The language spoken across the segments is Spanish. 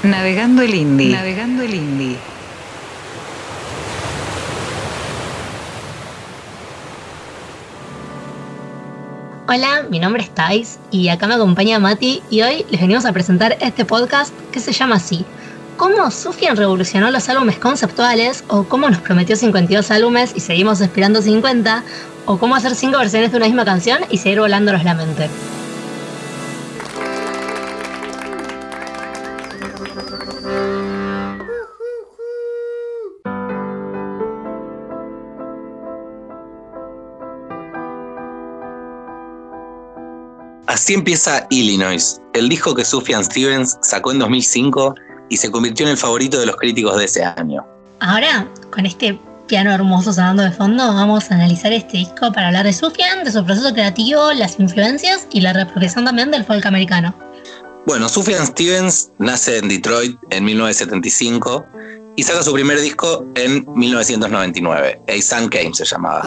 Navegando el Indie. Navegando el Indie. Hola, mi nombre es Thais y acá me acompaña Mati y hoy les venimos a presentar este podcast que se llama así: ¿Cómo Sufjan revolucionó los álbumes conceptuales? ¿O cómo nos prometió 52 álbumes y seguimos esperando 50? ¿O cómo hacer 5 versiones de una misma canción y seguir volándonos la mente? Así empieza Illinois, el disco que Sufjan Stevens sacó en 2005 y se convirtió en el favorito de los críticos de ese año. Ahora, con este piano hermoso sonando de fondo, vamos a analizar este disco para hablar de Sufjan, de su proceso creativo, las influencias y la reapropiación también del folk americano. Bueno, Sufjan Stevens nace en Detroit en 1975 y saca su primer disco en 1999. A Sun Came se llamaba.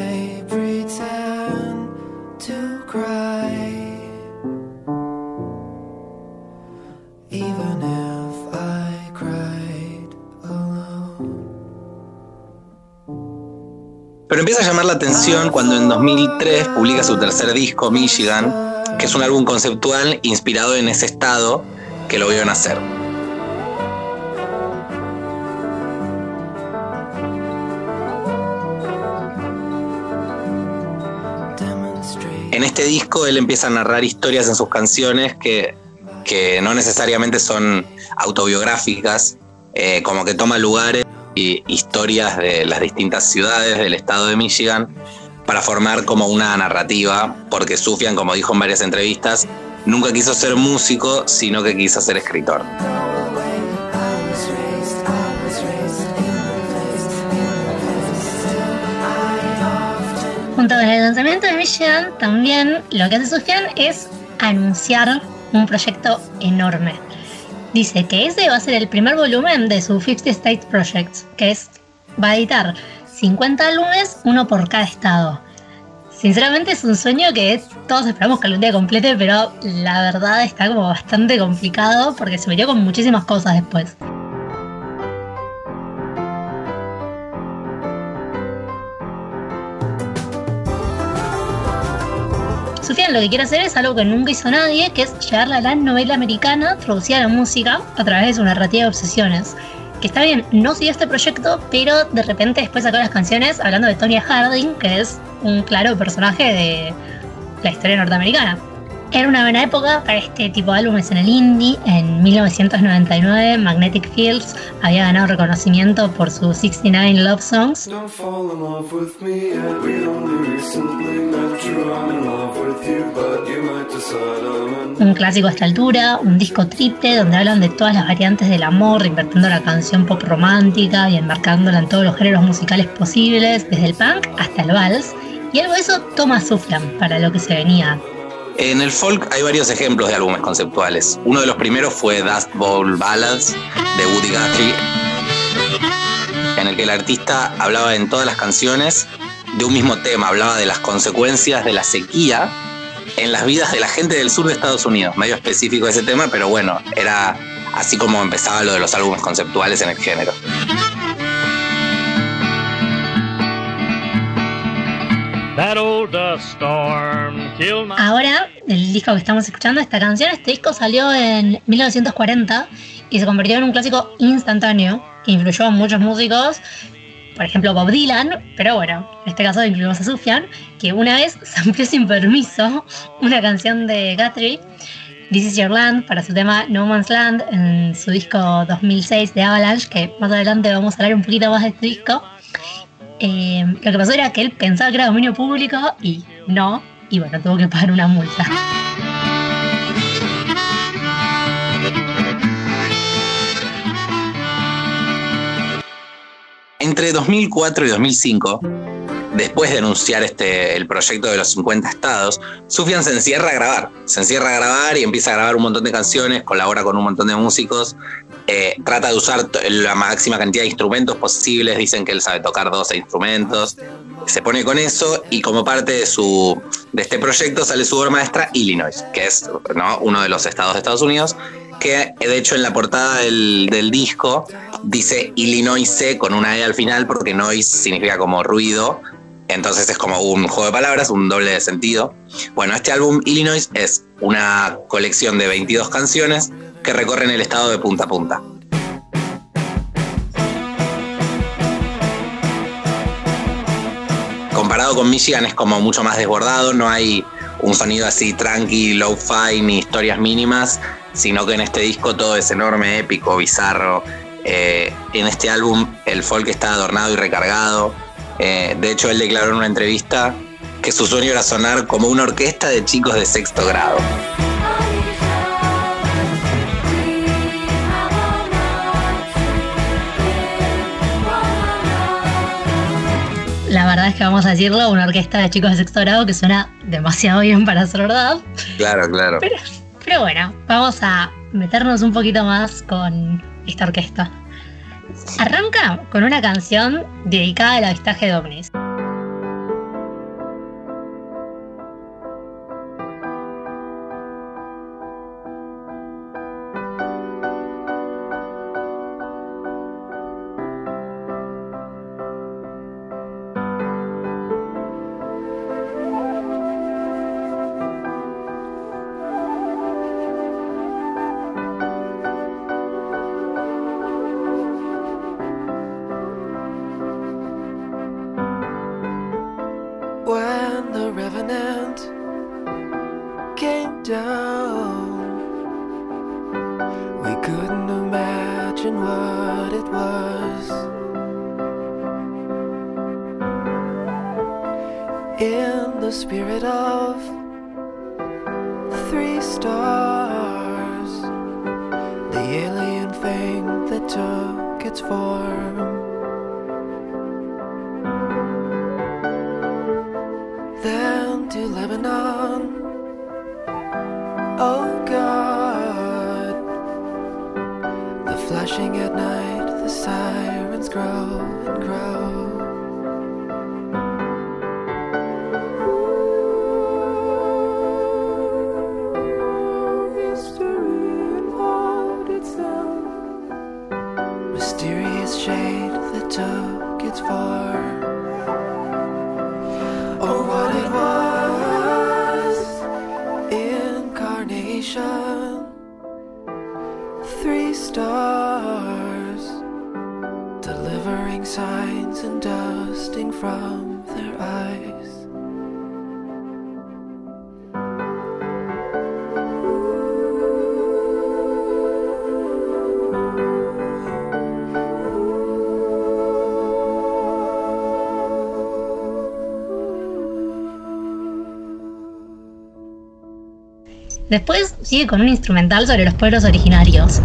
Pero empieza a llamar la atención cuando en 2003 publica su tercer disco, Michigan, que es un álbum conceptual inspirado en ese estado que lo vio nacer. En este disco él empieza a narrar historias en sus canciones que no necesariamente son autobiográficas, como que toma lugares y historias de las distintas ciudades del estado de Michigan para formar como una narrativa, porque Sufjan, como dijo en varias entrevistas, nunca quiso ser músico, sino que quiso ser escritor. Junto con el lanzamiento de Michigan, también lo que hace Sufjan es anunciar un proyecto enorme. Dice que ese va a ser el primer volumen de su 50 States Project, que va a editar 50 álbumes, uno por cada estado. Sinceramente es un sueño que todos esperamos que algún día complete, pero la verdad está como bastante complicado porque se metió con muchísimas cosas después. Sufjan lo que quiere hacer es algo que nunca hizo nadie, que es llevarle a la novela americana traducida a la música a través de su narrativa de obsesiones. Que está bien, no siguió este proyecto, pero de repente después sacó las canciones hablando de Tonya Harding, que es un claro personaje de la historia norteamericana. Era una buena época para este tipo de álbumes en el indie. En 1999, Magnetic Fields había ganado reconocimiento por sus 69 Love Songs. Un clásico a esta altura, un disco triple donde hablan de todas las variantes del amor, reinvirtiendo la canción pop romántica y enmarcándola en todos los géneros musicales posibles, desde el punk hasta el vals. Y algo de eso toma Sufjan para lo que se venía. En el folk hay varios ejemplos de álbumes conceptuales. Uno de los primeros fue Dust Bowl Ballads de Woody Guthrie, en el que el artista hablaba en todas las canciones de un mismo tema, hablaba de las consecuencias de la sequía en las vidas de la gente del sur de Estados Unidos. Medio específico ese tema, pero bueno, era así como empezaba lo de los álbumes conceptuales en el género. Ahora, el disco que estamos escuchando, esta canción, este disco salió en 1940 y se convirtió en un clásico instantáneo que influyó a muchos músicos, por ejemplo Bob Dylan, pero bueno, en este caso incluimos a Sufjan, que una vez sampleó sin permiso una canción de Guthrie, This Is Your Land, para su tema No Man's Land, en su disco 2006 de Avalanche, que más adelante vamos a hablar un poquito más de este disco. Lo que pasó era que él pensaba que era dominio público y no, y bueno, tuvo que pagar una multa. Entre 2004 y 2005, después de anunciar el proyecto de los 50 estados, Sufjan se encierra a grabar y empieza a grabar un montón de canciones, colabora con un montón de músicos, trata de usar la máxima cantidad de instrumentos posibles. Dicen que él sabe tocar 12 instrumentos, se pone con eso, y como parte de este proyecto sale su obra maestra Illinois, que es, ¿no?, uno de los estados de Estados Unidos, que de hecho en la portada del disco dice Illinois con una E al final, porque noise significa como ruido, entonces es como un juego de palabras, un doble de sentido. Bueno, este álbum Illinois es una colección de 22 canciones que recorren el estado de punta a punta. Comparado con Michigan es como mucho más desbordado, no hay un sonido así tranqui, low-fi, ni historias mínimas, sino que en este disco todo es enorme, épico, bizarro. En este álbum el folk está adornado y recargado. De hecho, él declaró en una entrevista que su sueño era sonar como una orquesta de chicos de sexto grado. La verdad es que vamos a decirlo, una orquesta de chicos de sexto grado que suena demasiado bien para ser verdad. Claro, claro. Pero bueno, vamos a meternos un poquito más con esta orquesta. Arranca con una canción dedicada al avistaje de ovnis. When the revenant came down, we couldn't imagine what it was. In the spirit of the 3 stars, the alien thing that took its form. Then to Lebanon, oh God, the flashing at night, the sirens grow and grow. History involved itself, mysterious shade that took its form. Or what it was, incarnation, 3 stars, delivering signs and dusting from their eyes. Después sigue con un instrumental sobre los pueblos originarios.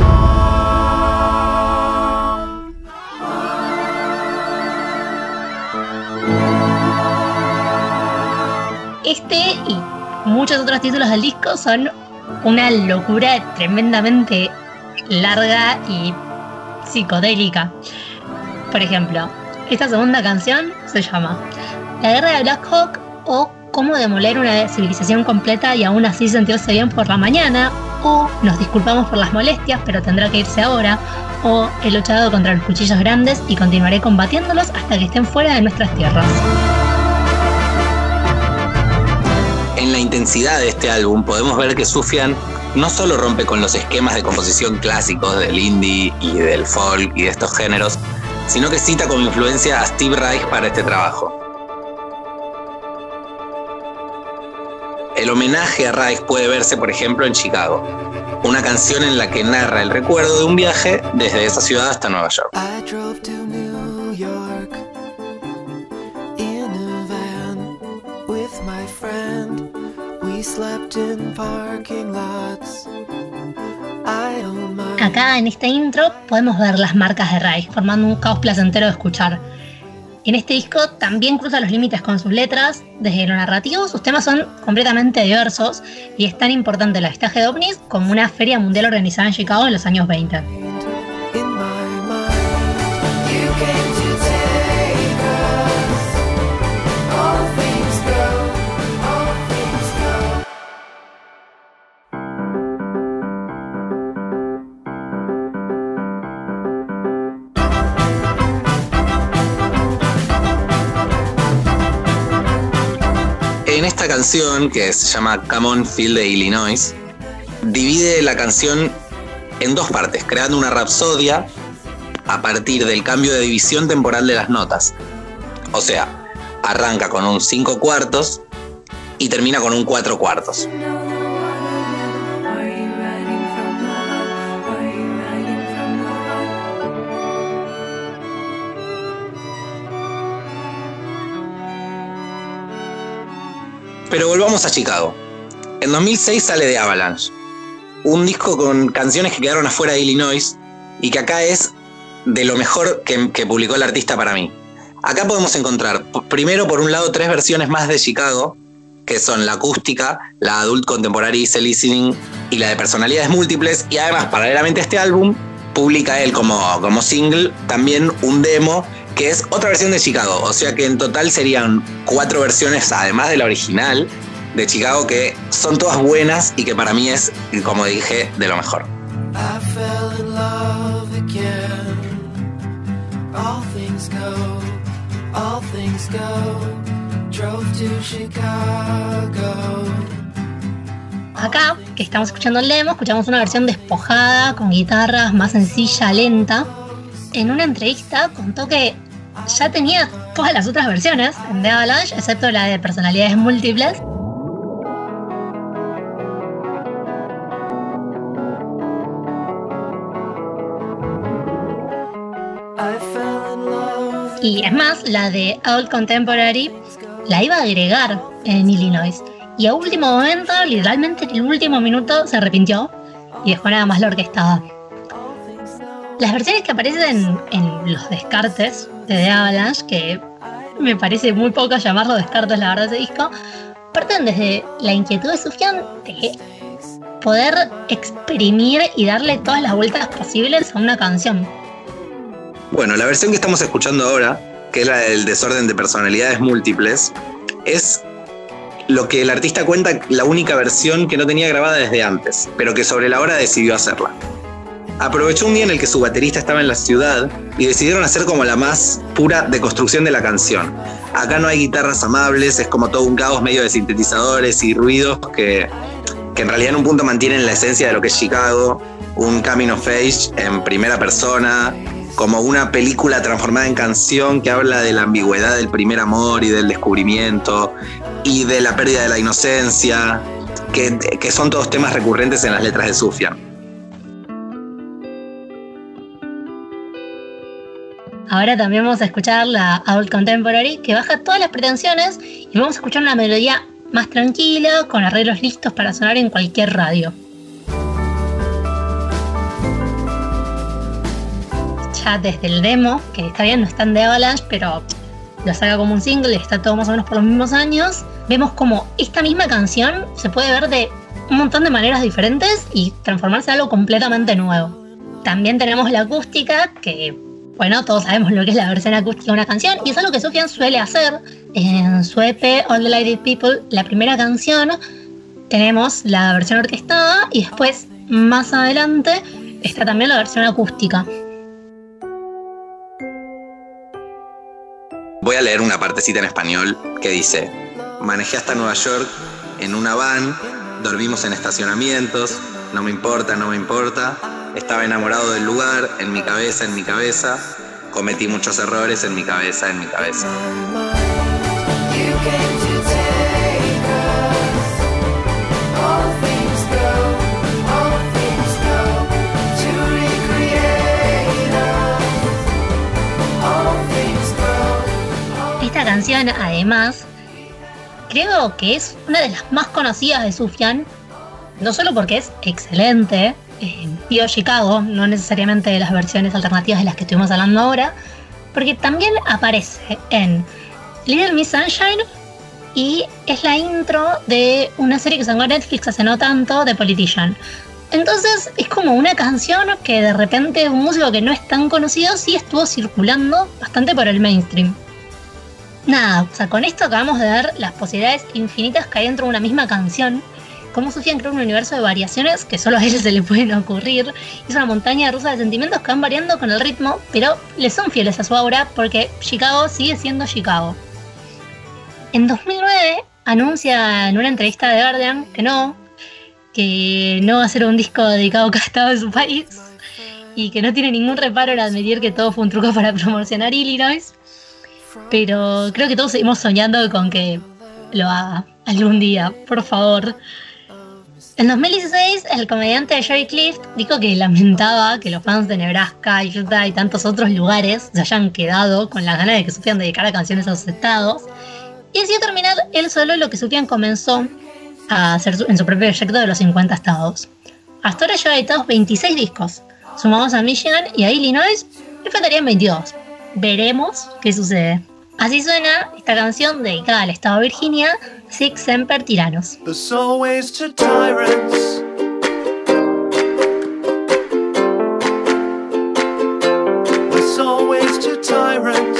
Este y muchos otros títulos del disco son una locura tremendamente larga y psicodélica. Por ejemplo, esta segunda canción se llama La Guerra de Black Hawk, o Cómo demoler una civilización completa y aún así sentirse bien por la mañana, o Nos disculpamos por las molestias pero tendrá que irse ahora, o He luchado contra los cuchillos grandes y continuaré combatiéndolos hasta que estén fuera de nuestras tierras. En la intensidad de este álbum podemos ver que Sufjan no solo rompe con los esquemas de composición clásicos del indie y del folk y de estos géneros, sino que cita como influencia a Steve Reich para este trabajo. El homenaje a Reich puede verse, por ejemplo, en Chicago, una canción en la que narra el recuerdo de un viaje desde esa ciudad hasta Nueva York. I drove to New York in a van with my friend. We slept in parking lots. I don't mind. Acá en este intro podemos ver las marcas de Reich, formando un caos placentero de escuchar. En este disco también cruza los límites con sus letras. Desde lo narrativo, sus temas son completamente diversos y es tan importante el avistaje de ovnis como una feria mundial organizada en Chicago en los años 20. In my mind, you came to take us. All things go, all things go. en esta canción, que se llama Come On Feel de Illinois, divide la canción en dos partes, creando una rapsodia a partir del cambio de división temporal de las notas. O sea, arranca con un 5/4 y termina con un 4/4. Pero volvamos a Chicago. En 2006 sale The Avalanche, un disco con canciones que quedaron afuera de Illinois y que acá es de lo mejor que publicó el artista para mí. Acá podemos encontrar, primero por un lado, 3 versiones más de Chicago, que son la acústica, la Adult Contemporary Easy Listening y la de Personalidades Múltiples, y además, paralelamente a este álbum, publica él como single también un demo que es otra versión de Chicago, o sea que en total serían 4 versiones, además de la original, de Chicago, que son todas buenas y que para mí es, como dije, de lo mejor. I fell in love again. All things go. Drove to Chicago. Acá, que estamos escuchando el demo, escuchamos una versión despojada, con guitarras, más sencilla, lenta. En una entrevista contó que ya tenía todas las otras versiones en The Avalanche, excepto la de Personalidades Múltiples. Y es más, la de Adult Contemporary la iba a agregar en Illinois. Y a último momento, literalmente en el último minuto, se arrepintió y dejó nada más la orquestada. Las versiones que aparecen en los descartes de The Avalanche, que me parece muy poco llamarlo descartes, la verdad, ese disco, parten desde la inquietud de Sufjan de poder exprimir y darle todas las vueltas posibles a una canción. Bueno, la versión que estamos escuchando ahora, que es la del desorden de personalidades múltiples, es lo que el artista cuenta, la única versión que no tenía grabada desde antes, pero que sobre la hora decidió hacerla. Aprovechó un día en el que su baterista estaba en la ciudad y decidieron hacer como la más pura deconstrucción de la canción. Acá no hay guitarras amables, es como todo un caos medio de sintetizadores y ruidos que en realidad en un punto mantienen la esencia de lo que es Chicago, un coming of age en primera persona, como una película transformada en canción que habla de la ambigüedad del primer amor y del descubrimiento y de la pérdida de la inocencia, que son todos temas recurrentes en las letras de Sufjan. Ahora también vamos a escuchar la Adult Contemporary, que baja todas las pretensiones, y vamos a escuchar una melodía más tranquila, con arreglos listos para sonar en cualquier radio. Ya desde el demo, que está bien, no está en The Avalanche, pero lo saca como un single y está todo más o menos por los mismos años, vemos como esta misma canción se puede ver de un montón de maneras diferentes y transformarse en algo completamente nuevo. También tenemos la acústica, que bueno, todos sabemos lo que es la versión acústica de una canción, y es algo que Sufjan suele hacer. En su EP All the Lady People, la primera canción, tenemos la versión orquestada y después, más adelante, está también la versión acústica. Voy a leer una partecita en español que dice: manejé hasta Nueva York en una van, dormimos en estacionamientos, no me importa, estaba enamorado del lugar, en mi cabeza, cometí muchos errores en mi cabeza. Esta canción, además, creo que es una de las más conocidas de Sufjan, no solo porque es excelente, Pío Chicago, no necesariamente de las versiones alternativas de las que estuvimos hablando ahora, porque también aparece en Little Miss Sunshine y es la intro de una serie que sacó Netflix hace no tanto, The Politician. Entonces es como una canción que de repente un músico que no es tan conocido sí estuvo circulando bastante por el mainstream. Nada, o sea, con esto acabamos de ver las posibilidades infinitas que hay dentro de una misma canción. Cómo Sufjan crea un universo de variaciones que solo a él se le pueden ocurrir. Es una montaña rusa de sentimientos que van variando con el ritmo, pero le son fieles a su obra porque Chicago sigue siendo Chicago. En 2009 anuncia en una entrevista de Guardian que no va a ser un disco dedicado a cada estado de su país y que no tiene ningún reparo en admitir que todo fue un truco para promocionar Illinois, pero creo que todos seguimos soñando con que lo haga algún día, por favor. En 2016, el comediante Jerry Clift dijo que lamentaba que los fans de Nebraska, Utah y tantos otros lugares se hayan quedado con las ganas de que Sufjan dedicara canciones a sus estados, y decidió terminar él solo lo que Sufjan comenzó a hacer en su propio proyecto de los 50 estados. Hasta ahora lleva editados 26 discos. Sumamos a Michigan y a Illinois, y faltarían 22. Veremos qué sucede. Así suena esta canción dedicada al estado de Virginia, Sic Semper Tyrannos. There's always two tyrants. There's always two tyrants.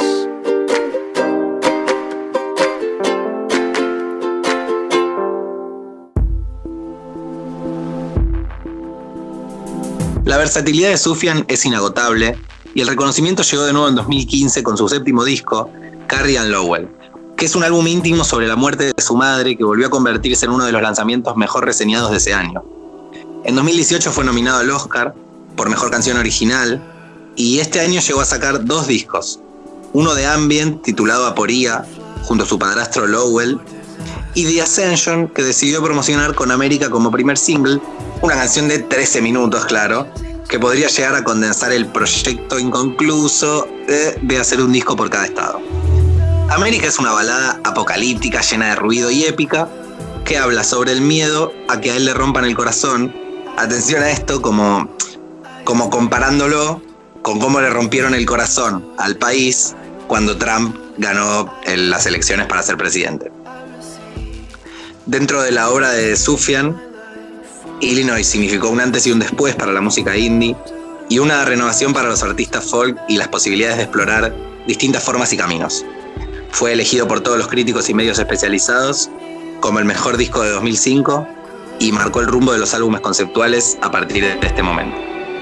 La versatilidad de Sufjan es inagotable y el reconocimiento llegó de nuevo en 2015 con su séptimo disco, Carrie and Lowell, que es un álbum íntimo sobre la muerte de su madre que volvió a convertirse en uno de los lanzamientos mejor reseñados de ese año. En 2018 fue nominado al Oscar por Mejor Canción Original y este año llegó a sacar 2 discos, uno de ambient titulado Aporía junto a su padrastro Lowell y The Ascension, que decidió promocionar con América como primer single, una canción de 13 minutos, claro, que podría llegar a condensar el proyecto inconcluso de hacer un disco por cada estado. América es una balada apocalíptica llena de ruido y épica que habla sobre el miedo a que a él le rompan el corazón. Atención a esto como comparándolo con cómo le rompieron el corazón al país cuando Trump ganó las elecciones para ser presidente. Dentro de la obra de Sufjan, Illinois significó un antes y un después para la música indie y una renovación para los artistas folk y las posibilidades de explorar distintas formas y caminos. Fue elegido por todos los críticos y medios especializados como el mejor disco de 2005 y marcó el rumbo de los álbumes conceptuales a partir de este momento.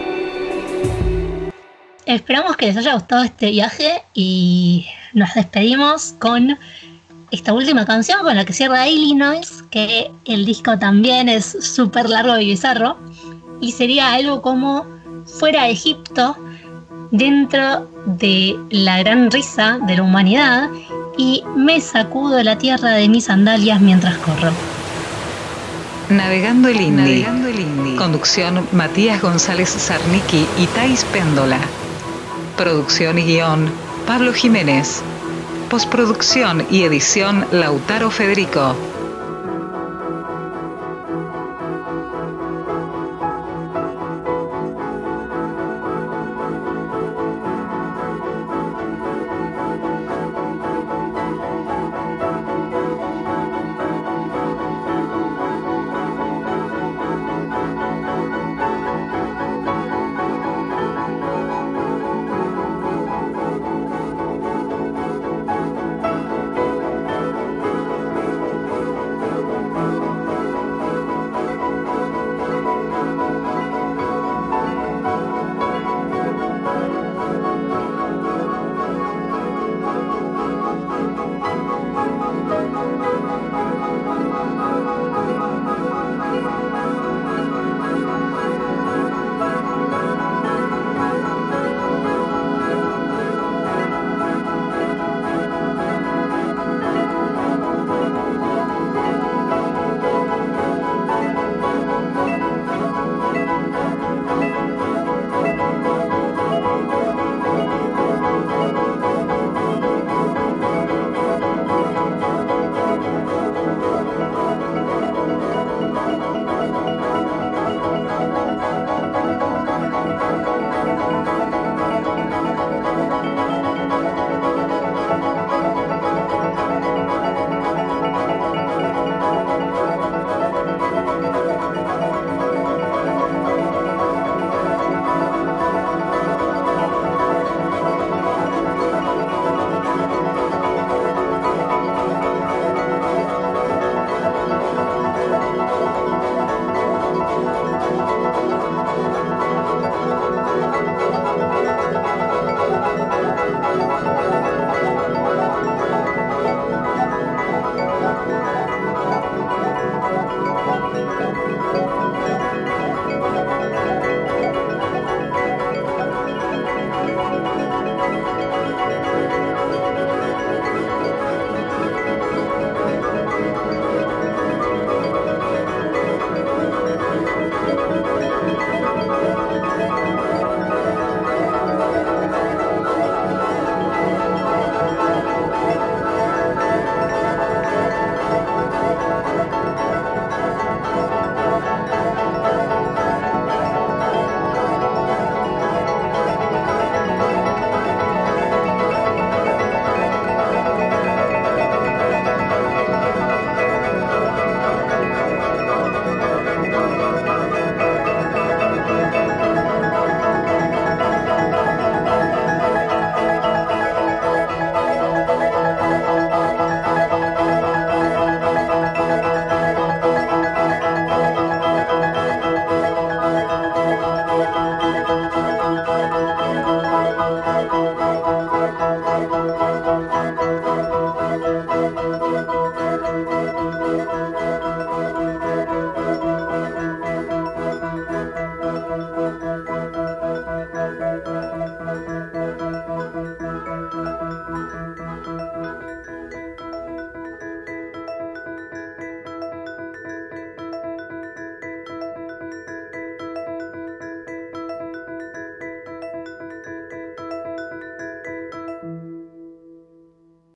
Esperamos que les haya gustado este viaje y nos despedimos con esta última canción con la que cierra Illinois, que el disco también es súper largo y bizarro, y sería algo como Fuera de Egipto, dentro de la gran risa de la humanidad, y Me sacudo la tierra de mis sandalias mientras corro. Navegando el Indie. Conducción Matías González Zarnicki y Thais Péndola. Producción y guión Pablo Jiménez. Postproducción y edición Lautaro Federico.